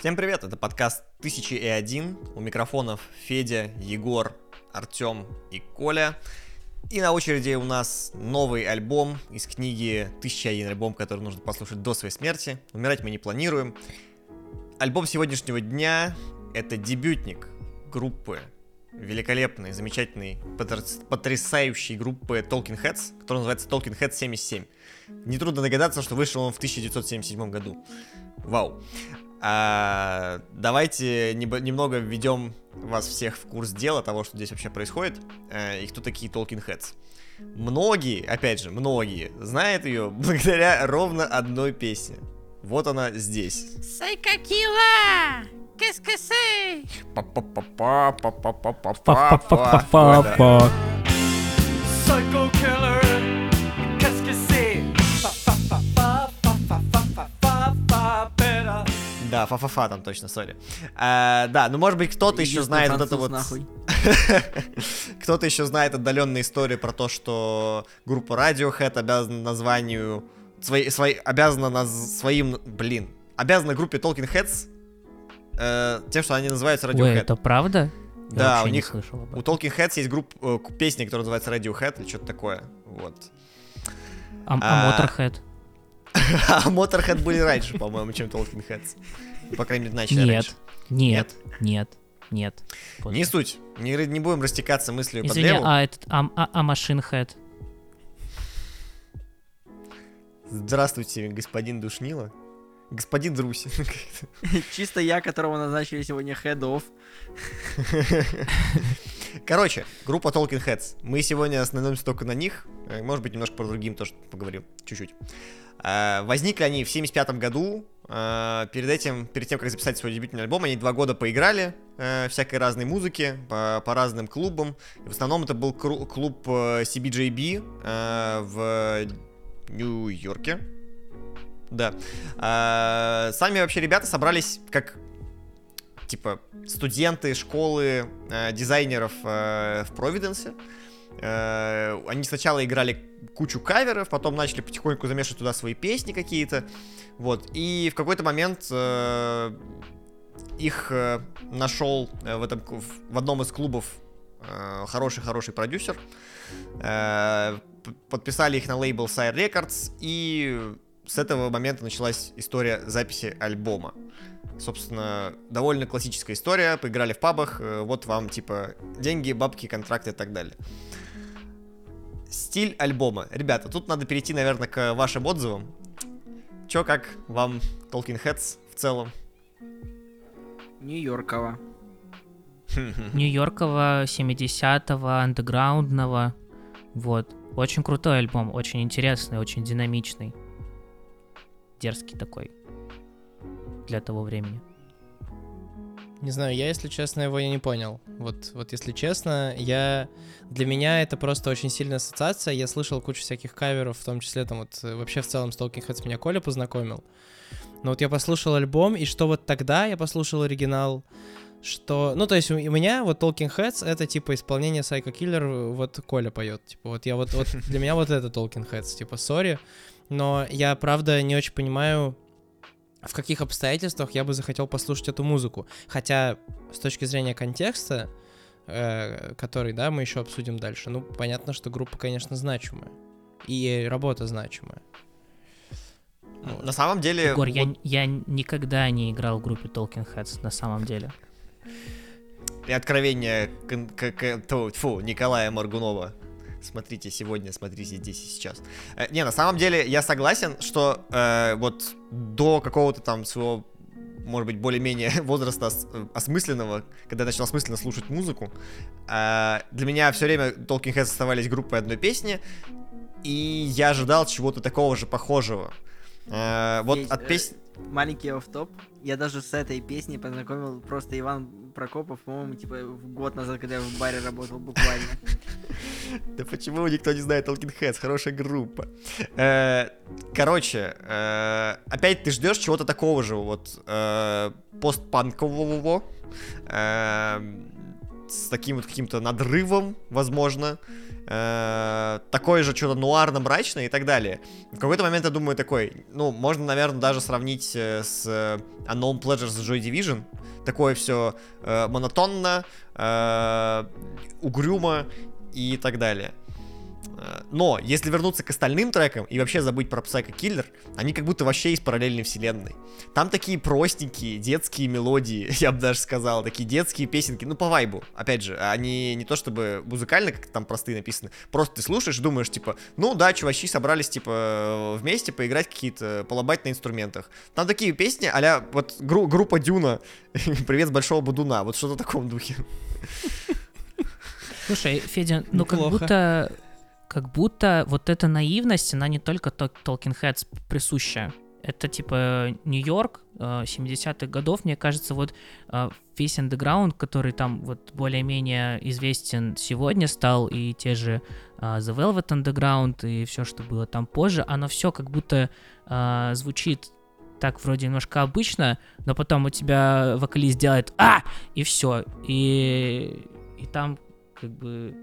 Всем привет, это подкаст 1001, у микрофонов Федя, Егор, Артем и Коля. И на очереди у нас новый альбом из книги «1001 альбом», который нужно послушать до своей смерти. Умирать мы не планируем. Альбом сегодняшнего дня — это дебютник группы, великолепной, замечательной, потрясающей группы Talking Heads, которая называется Talking Heads 77. Нетрудно догадаться, что вышел он в 1977 году. Вау. Давайте немного введем вас всех в курс дела того, что здесь вообще происходит, и кто такие Talking Heads. Многие, опять же, многие знают ее благодаря ровно одной песне. Вот она здесь. Сайкакила! Qu'est-ce Psycho killer, qu'est-ce que c'est? Да, фа-фа-фа там точно, сори. Да, ну может быть кто-то еще знает вот это вот... Кто-то еще знает отдаленные истории про то, что группа Radiohead обязана названию... Обязана группе Talking Heads тем, что они называются Radiohead. Ой, это правда? Да, у них, у Talking Heads есть песня, которая называется Radiohead или что-то такое, вот. А Motorhead? А Motorhead были раньше, по-моему, чем Talking Heads. По крайней мере, начали раньше. Нет. Не суть, не будем растекаться мыслью по древу. Извини, Machine Head? Здравствуйте, господин Душнило. Господин Друси. Чисто я, которого назначили сегодня Head Off. Короче, группа Talking Heads. Мы сегодня остановимся только на них. Может быть, немножко про другим тоже поговорим. Чуть-чуть. Возникли они в 1975 году. Перед тем, как записать свой дебютный альбом, они 2 года поиграли всякой разной музыки по разным клубам. И в основном это был клуб CBJB в Нью-Йорке. Да. Сами вообще ребята собрались как типа студенты школы дизайнеров в Провиденсе. Они сначала играли кучу каверов, потом начали потихоньку замешивать туда свои песни какие-то. Вот. И в какой-то момент их нашел в одном из клубов хороший продюсер. Подписали их на лейбл Sire Records, и с этого момента началась история записи альбома. Собственно, довольно классическая история. Поиграли в пабах, вот вам, типа, деньги, бабки, контракты и так далее. Стиль альбома. Ребята, тут надо перейти, наверное, к вашим отзывам. Чё, как вам Talking Heads в целом? Нью-Йорково. Нью-Йорково, 70-го, андеграундного. Вот. Очень крутой альбом, очень интересный, очень динамичный. Дерзкий такой. Для того времени. Не знаю, я, если честно, его я не понял. Вот если честно, для меня это просто очень сильная ассоциация. Я слышал кучу всяких каверов, в том числе там вот вообще в целом с Talking Heads меня Коля познакомил. Но вот я послушал альбом, и что вот тогда я послушал оригинал, что... Ну, то есть у меня вот Talking Heads — это типа исполнение Psycho Killer, вот Коля поет. Типа вот я вот для меня вот это Talking Heads, типа сори. Но я, правда, не очень понимаю, в каких обстоятельствах я бы захотел послушать эту музыку. Хотя, с точки зрения контекста, который, да, мы еще обсудим дальше, ну, понятно, что группа, конечно, значимая. И работа значимая. На самом деле... Егор, я никогда не играл в группе Talking Heads, на самом деле. И откровение Николая Моргунова. Смотрите сегодня, смотрите здесь и сейчас. На самом деле я согласен, что вот до какого-то там своего, может быть, более-менее возраста осмысленного, когда я начал осмысленно слушать музыку, для меня все время Talking Heads оставались группой одной песни, и я ожидал чего-то такого же похожего. Вот от песни... Маленький офф-топ. Я даже с этой песней познакомил просто Иван Прокопов, по-моему, типа год назад, когда я в баре работал буквально. Да почему никто не знает Talking Heads? Хорошая группа. Короче, опять ты ждешь чего-то такого же, вот, постпанкового, с таким вот каким-то надрывом, возможно, такое же что-то нуарно-мрачное и так далее. В какой-то момент я думаю такой, ну, можно, наверное, даже сравнить с Unknown Pleasures с Joy Division. Такое все монотонно, угрюмо и так далее. Но, если вернуться к остальным трекам и вообще забыть про Psycho Killer, они как будто вообще из параллельной вселенной. Там такие простенькие детские мелодии, я бы даже сказал, такие детские песенки, ну, по вайбу. Опять же, они не то чтобы музыкально, как там простые написаны, просто ты слушаешь и думаешь, типа, ну да, чувачи собрались, типа, вместе поиграть какие-то, полобать на инструментах. Там такие песни а-ля вот группа Дюна, привет с Большого Будуна, вот что-то в таком духе. Слушай, Федя, ну Неплохо. как будто вот эта наивность, она не только Talking Heads присуща. Это типа Нью-Йорк 70-х годов, мне кажется, вот весь андеграунд, который там вот более-менее известен сегодня стал, и те же The Velvet Underground, и все, что было там позже, оно все как будто звучит так вроде немножко обычно, но потом у тебя вокалист делает и все, и там как бы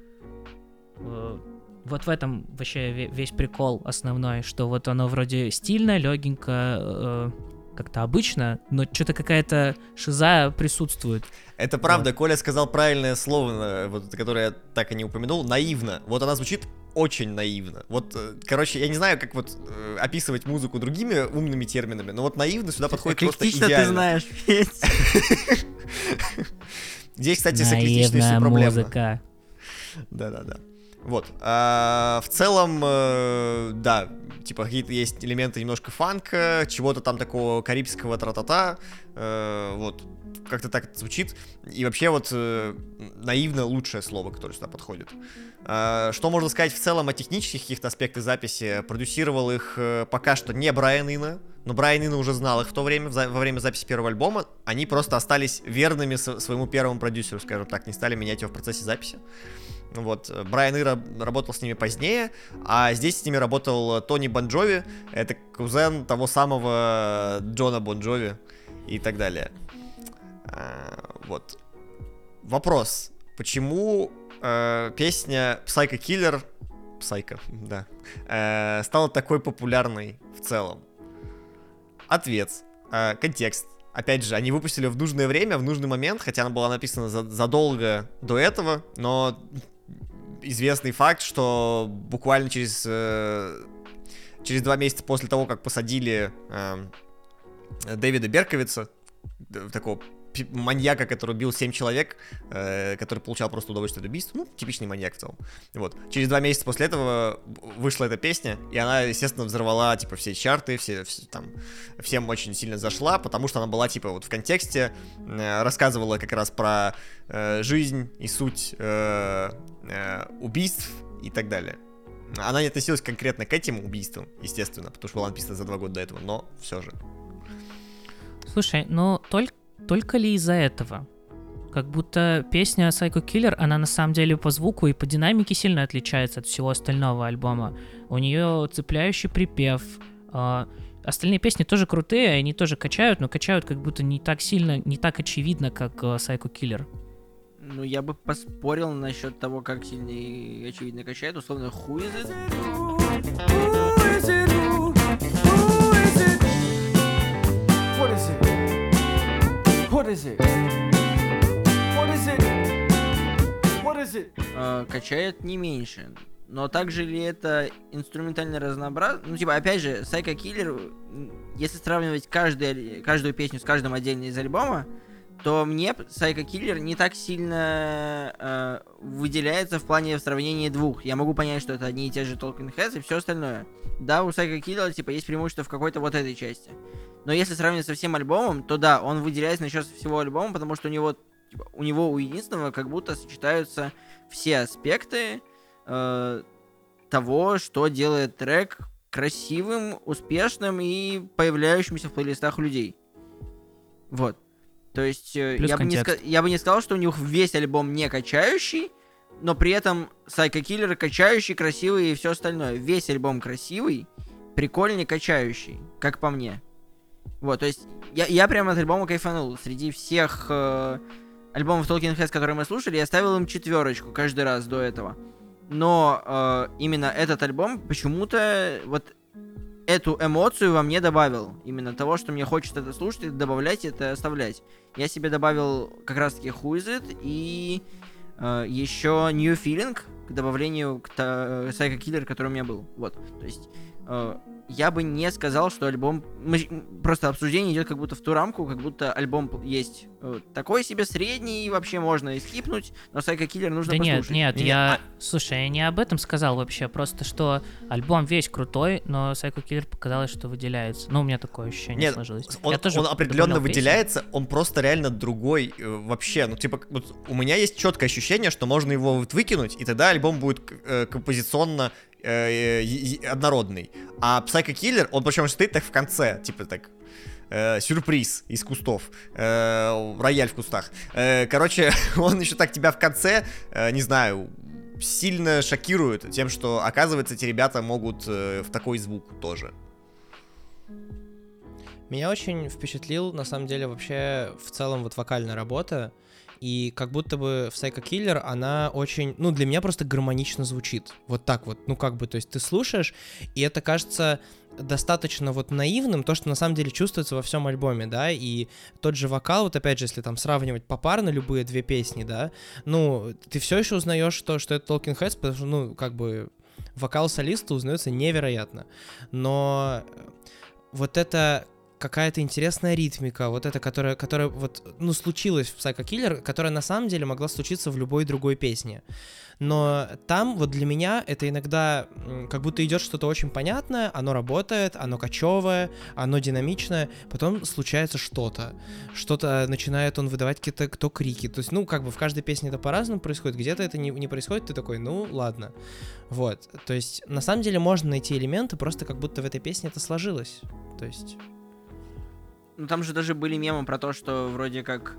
вот в этом вообще весь прикол основной, что вот оно вроде стильно, легенько, как-то обычно, но что-то какая-то шиза присутствует. Это правда, Коля сказал правильное слово, вот, которое я так и не упомянул, наивно. Вот она звучит очень наивно. Вот, короче, я не знаю, как вот описывать музыку другими умными терминами, но вот наивно сюда подходит просто идеально. Ты знаешь, Федь. Здесь, кстати, с эклектичностью проблема. Музыка. Да-да-да. Вот. В целом, да, типа какие-то есть элементы немножко фанка, чего-то там такого карибского тра-та-та. Вот. Как-то так это звучит. И вообще вот наивно лучшее слово, которое сюда подходит. Что можно сказать в целом о технических каких-то аспектах записи? Продюсировал их пока что не Брайан Ино, но Брайан Ино уже знал их в то время, во время записи первого альбома. Они просто остались верными своему первому продюсеру, скажем так, не стали менять его в процессе записи. Вот, Брайан Ино работал с ними позднее, а здесь с ними работал Тони Бон Джови, это кузен того самого Джона Бон Джови и так далее. Вот. Вопрос. Почему песня Psycho Killer стала такой популярной в целом? Ответ. Контекст. Опять же, они выпустили в нужное время, в нужный момент, хотя она была написана задолго до этого, но известный факт, что буквально через 2 месяца после того, как посадили Дэвида Берковица, такого маньяка, который убил 7 человек, который получал просто удовольствие от убийства, ну, типичный маньяк в целом. Вот. Через 2 месяца после этого вышла эта песня, и она, естественно, взорвала, типа, все чарты, всем очень сильно зашла, потому что она была, типа, вот в контексте, рассказывала как раз про жизнь и суть убийств и так далее. Она не относилась конкретно к этим убийствам, естественно, потому что была написана за 2 года до этого, но все же. Слушай, ну только ли из-за этого? Как будто песня Psycho Killer, она на самом деле по звуку и по динамике сильно отличается от всего остального альбома. У нее цепляющий припев. Остальные песни тоже крутые, они тоже качают, но качают как будто не так сильно, не так очевидно, как Psycho Killer. Ну, я бы поспорил насчет того, как сильно и очевидно качает. Условно, who is it? Who is it? Who is it? What is it? What is it? What is it? What is it? Качает не меньше. Но также ли это инструментально разнообразно? Ну, типа, опять же, Psycho Killer, если сравнивать каждую песню с каждым отдельно из альбома, то мне Psycho Killer не так сильно выделяется в плане сравнения двух. Я могу понять, что это одни и те же Talking Heads и все остальное. Да, у Psycho Killer, типа, есть преимущество в какой-то вот этой части. Но если сравнивать со всем альбомом, то да, он выделяется насчет всего альбома, потому что у него у единственного как будто сочетаются все аспекты того, что делает трек красивым, успешным и появляющимся в плейлистах людей. Вот. То есть я бы не сказал, что у них весь альбом не качающий, но при этом Psycho Killer качающий, красивый и все остальное. Весь альбом красивый, прикольный, качающий, как по мне. Вот, то есть я прямо от альбома кайфанул. Среди всех альбомов Talking Heads, которые мы слушали, я ставил им 4 каждый раз до этого. Но именно этот альбом почему-то вот эту эмоцию во мне добавил. Именно того, что мне хочется это слушать, это добавлять, это оставлять. Я себе добавил как раз-таки Who Is It и еще New Feeling к добавлению к Psycho Killer, который у меня был. Вот. То есть я бы не сказал, что альбом... Просто обсуждение идет как будто в ту рамку, как будто альбом есть такой себе средний, и вообще можно и скипнуть, но Psycho Killer нужно послушать. Нет, слушай, я не об этом сказал вообще, просто что альбом весь крутой, но Psycho Killer показалось, что выделяется. Ну, у меня такое ощущение сложилось. Он определенно выделяется, он просто реально другой вообще. Ну, типа, вот у меня есть четкое ощущение, что можно его выкинуть, и тогда альбом будет композиционно однородный. А Psycho Killer, он причем стоит так в конце, типа так, сюрприз из кустов, рояль в кустах. Короче, он еще так тебя в конце, не знаю, сильно шокирует тем, что, оказывается, эти ребята могут в такой звук тоже. Меня очень впечатлил, на самом деле, вообще в целом вот вокальная работа. И как будто бы в Psycho Killer она очень, ну, для меня просто гармонично звучит. Вот так вот, ну, как бы, то есть ты слушаешь, и это кажется достаточно вот наивным, то, что на самом деле чувствуется во всем альбоме, да, и тот же вокал, вот опять же, если там сравнивать попарно любые две песни, да, ну, ты все еще узнаешь то, что это Talking Heads, потому что, ну, как бы, вокал солиста узнается невероятно. Но вот это... какая-то интересная ритмика, вот эта, которая вот, ну, случилась в Psycho Killer, которая на самом деле могла случиться в любой другой песне. Но там вот для меня это иногда как будто идет что-то очень понятное, оно работает, оно кочевое, оно динамичное, потом случается что-то начинает он выдавать какие-то крики, то есть, ну, как бы в каждой песне это по-разному происходит, где-то это не происходит, ты такой, ну, ладно. Вот, то есть, на самом деле можно найти элементы, просто как будто в этой песне это сложилось, то есть... Ну, там же даже были мемы про то, что вроде как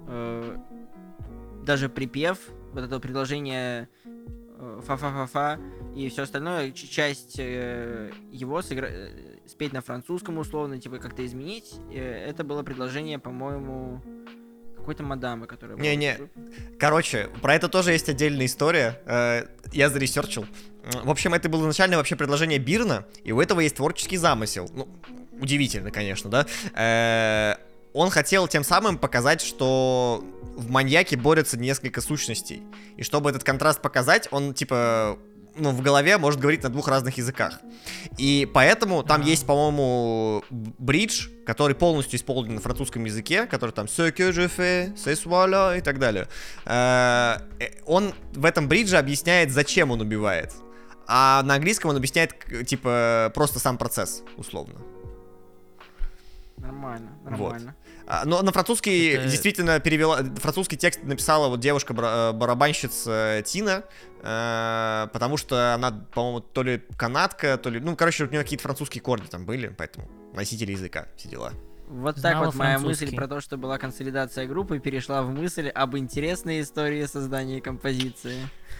даже припев, вот это предложение фа-фа-фа-фа и все остальное, часть его спеть на французском условно, типа как-то изменить, это было предложение, по-моему, какой-то мадамы, которая... Не-не, короче, про это тоже есть отдельная история, я заресерчил. В общем, это было изначально вообще предложение Бирна, и у этого есть творческий замысел. Ну, удивительно, конечно, да? Он хотел тем самым показать, что в маньяке борются несколько сущностей. И чтобы этот контраст показать, он, типа, ну, в голове может говорить на двух разных языках. И поэтому там есть, по-моему, бридж, который полностью исполнен на французском языке, который там «Ce que je fais, c'est voilà» и так далее. Он в этом бридже объясняет, зачем он убивает. А на английском он объясняет, типа, просто сам процесс, условно. Нормально. Вот. Но на французский это... действительно перевела... Французский текст написала вот девушка-барабанщица Тина, потому что она, по-моему, то ли канадка, то ли... Ну, короче, у нее какие-то французские корни там были, поэтому носитель языка, все дела. Вот Знала так вот моя французский. мысль про то, что была консолидация группы, перешла в мысль об интересной истории создания композиции.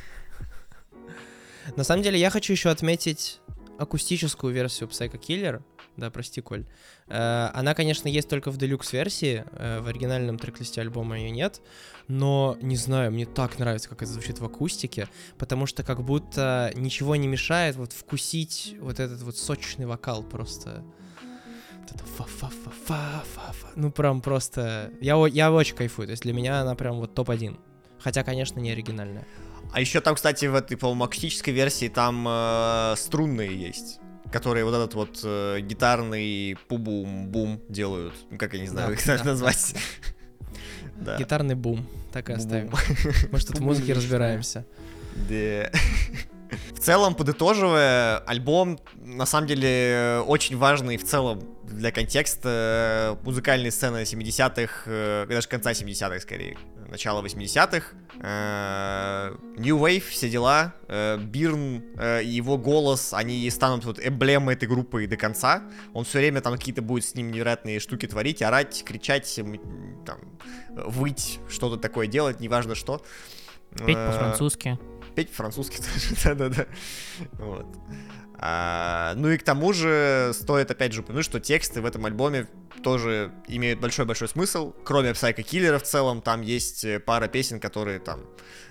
На самом деле, я хочу еще отметить акустическую версию Psycho Killer. Да, прости, Коль. Она, конечно, есть только в делюкс-версии, в оригинальном трек-листе альбома ее нет, но, не знаю, мне так нравится, как это звучит в акустике, потому что как будто ничего не мешает вот вкусить вот этот вот сочный вокал просто. Вот это фа-фа-фа-фа-фа-фа. Ну, прям просто... Я очень кайфую, то есть для меня она прям вот топ-1. Хотя, конечно, не оригинальная. А еще там, кстати, в этой, по-моему, акустической версии там струнные есть, которые вот этот вот гитарный пу-бум-бум делают. Ну, как я не знаю, как это назвать. Да. Гитарный бум. Так и оставим. Мы что-то в музыке разбираемся. Да. В целом, подытоживая, альбом, на самом деле, очень важный в целом для контекста музыкальной сцены 70-х, даже конца 70-х, скорее, начала 80-х. New Wave, все дела. Бирн и его голос, они станут вот эмблемой этой группы до конца. Он все время там какие-то будет с ним невероятные штуки творить, орать, кричать, там, выть, что-то такое делать, неважно что. Петь по-французски. Петь по-французски тоже, да-да-да. Вот. Ну и к тому же стоит опять же упомянуть, что тексты в этом альбоме тоже имеют большой-большой смысл. Кроме Psycho Killer в целом, там есть пара песен, которые там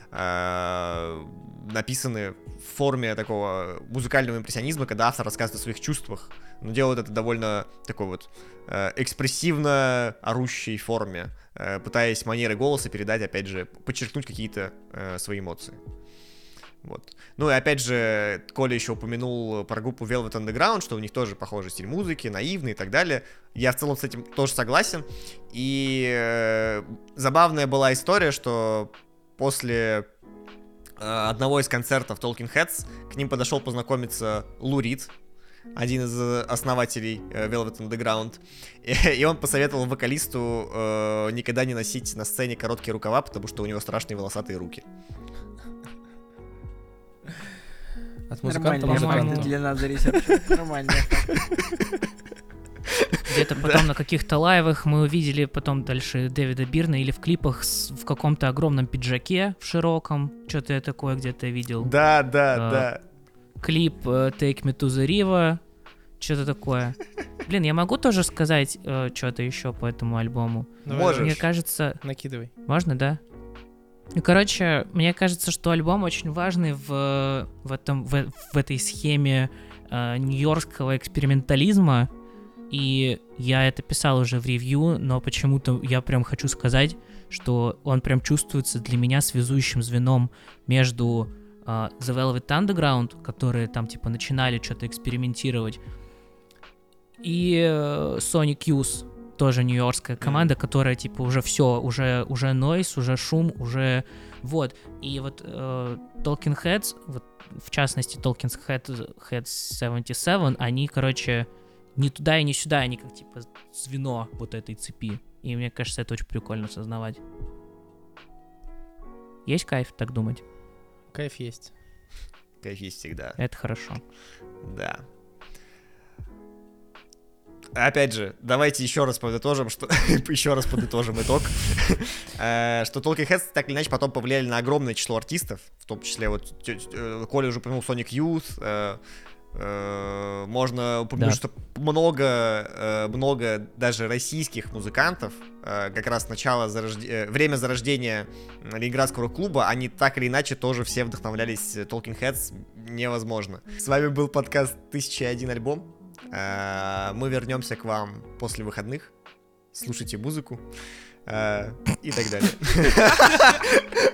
написаны в форме такого музыкального импрессионизма, когда автор рассказывает о своих чувствах, но делает это довольно такой вот экспрессивно орущей форме, пытаясь манерой голоса передать, опять же, подчеркнуть какие-то свои эмоции. Вот. Ну и опять же, Коля еще упомянул про группу Velvet Underground, что у них тоже похожий стиль музыки, наивный и так далее. Я в целом с этим тоже согласен. И забавная была история, что после одного из концертов Talking Heads к ним подошел познакомиться Лу Рид, один из основателей Velvet Underground, и он посоветовал вокалисту никогда не носить на сцене короткие рукава, потому что у него страшные волосатые руки. От музыканта Нормальные музыканту. факты для нас ресерча. Нормальные факты. Где-то потом на каких-то лайвах мы увидели потом дальше Дэвида Бирна или в клипах в каком-то огромном пиджаке в широком. Что-то я такое где-то видел. Да. Клип Take Me to the River. Что-то такое. Блин, я могу тоже сказать что-то еще по этому альбому? Давай, Можешь. Мне кажется... накидывай. Можно, да? Ну, короче, мне кажется, что альбом очень важный в этой схеме нью-йоркского экспериментализма. И я это писал уже в ревью, но почему-то я прям хочу сказать, что он прям чувствуется для меня связующим звеном между The Velvet Underground, которые там типа начинали что-то экспериментировать, и Sonic Youth, тоже нью-йоркская команда, которая типа уже все, уже нойз, уже шум, уже вот. И вот Talking Heads, вот, в частности Talking Heads 77, они, короче, не туда и не сюда, они как типа звено вот этой цепи. И мне кажется, это очень прикольно осознавать. Есть кайф так думать? Кайф есть. Кайф есть всегда. Это хорошо. Да. Опять же, давайте еще раз подытожим итог, что Talking Heads так или иначе потом повлияли на огромное число артистов, в том числе вот Коля уже упомянул Sonic Youth, можно упомянуть, что много даже российских музыкантов, как раз время зарождения Ленинградского рок-клуба, они так или иначе тоже все вдохновлялись Talking Heads невозможно. С вами был подкаст «1001 альбом». Мы вернемся к вам после выходных. Слушайте музыку и так далее.